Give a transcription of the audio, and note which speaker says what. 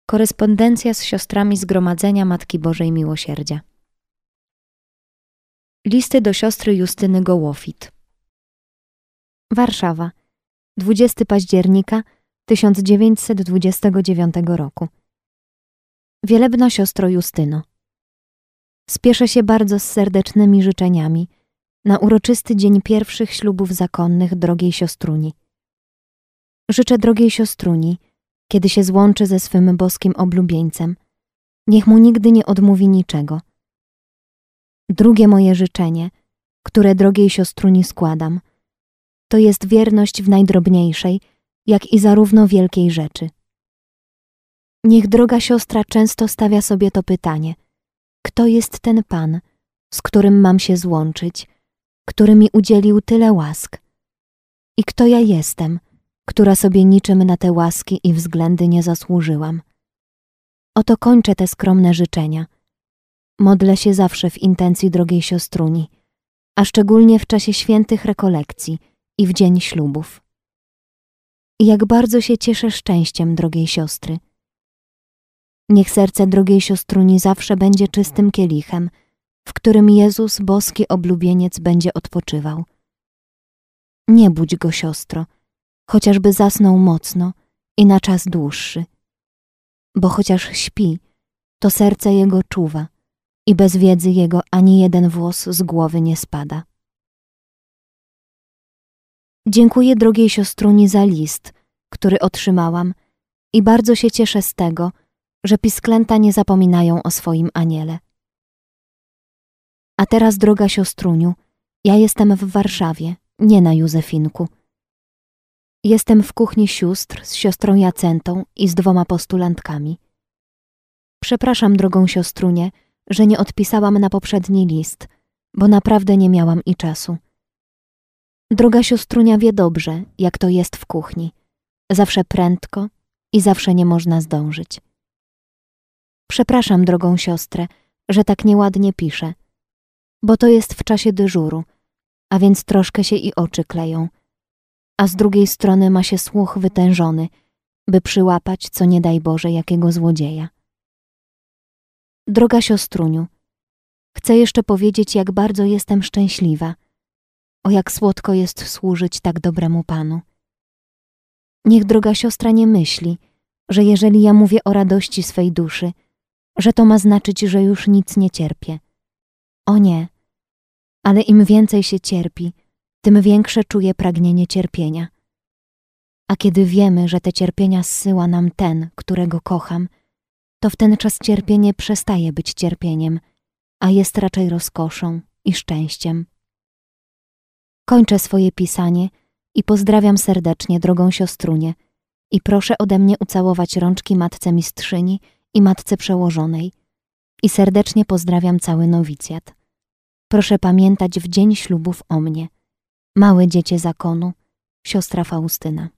Speaker 1: Korespondencja z siostrami Zgromadzenia Matki Bożej Miłosierdzia. Listy do siostry Justyny Gołofit. Warszawa, 20 października 1929 roku. Wielebna siostro Justyno, spieszę się bardzo z serdecznymi życzeniami na uroczysty dzień pierwszych ślubów zakonnych drogiej siostruni. Życzę drogiej siostruni, kiedy się złączy ze swym boskim oblubieńcem, niech mu nigdy nie odmówi niczego. Drugie moje życzenie, które drogiej siostruni składam, to jest wierność w najdrobniejszej, jak i zarówno wielkiej rzeczy. Niech droga siostra często stawia sobie to pytanie: kto jest ten Pan, z którym mam się złączyć, który mi udzielił tyle łask? I kto ja jestem, która sobie niczym na te łaski i względy nie zasłużyłam? Oto kończę te skromne życzenia. Modlę się zawsze w intencji drogiej siostruni, a szczególnie w czasie świętych rekolekcji i w dzień ślubów. I jak bardzo się cieszę szczęściem drogiej siostry. Niech serce drogiej siostruni zawsze będzie czystym kielichem, w którym Jezus, boski oblubieniec, będzie odpoczywał. Nie budź go, siostro, chociażby zasnął mocno i na czas dłuższy. Bo chociaż śpi, to serce jego czuwa i bez wiedzy jego ani jeden włos z głowy nie spada. Dziękuję drogiej siostruni za list, który otrzymałam, i bardzo się cieszę z tego, że pisklęta nie zapominają o swoim aniele. A teraz, droga siostruniu, ja jestem w Warszawie, nie na Józefinku. Jestem w kuchni sióstr z siostrą Jacentą i z 2 postulantkami. Przepraszam drogą siostrunię, że nie odpisałam na poprzedni list, bo naprawdę nie miałam i czasu. Droga siostrunia wie dobrze, jak to jest w kuchni. Zawsze prędko i zawsze nie można zdążyć. Przepraszam drogą siostrę, że tak nieładnie piszę, bo to jest w czasie dyżuru, a więc troszkę się i oczy kleją, a z drugiej strony ma się słuch wytężony, by przyłapać, co nie daj Boże, jakiego złodzieja. Droga siostruniu, chcę jeszcze powiedzieć, jak bardzo jestem szczęśliwa, o jak słodko jest służyć tak dobremu Panu. Niech droga siostra nie myśli, że jeżeli ja mówię o radości swej duszy, że to ma znaczyć, że już nic nie cierpię. O nie, ale im więcej się cierpi, tym większe czuję pragnienie cierpienia. A kiedy wiemy, że te cierpienia zsyła nam ten, którego kocham, to w ten czas cierpienie przestaje być cierpieniem, a jest raczej rozkoszą i szczęściem. Kończę swoje pisanie i pozdrawiam serdecznie drogą siostrunię i proszę ode mnie ucałować rączki matce mistrzyni i matce przełożonej i serdecznie pozdrawiam cały nowicjat. Proszę pamiętać w dzień ślubów o mnie. Małe dziecię zakonu, siostra Faustyna.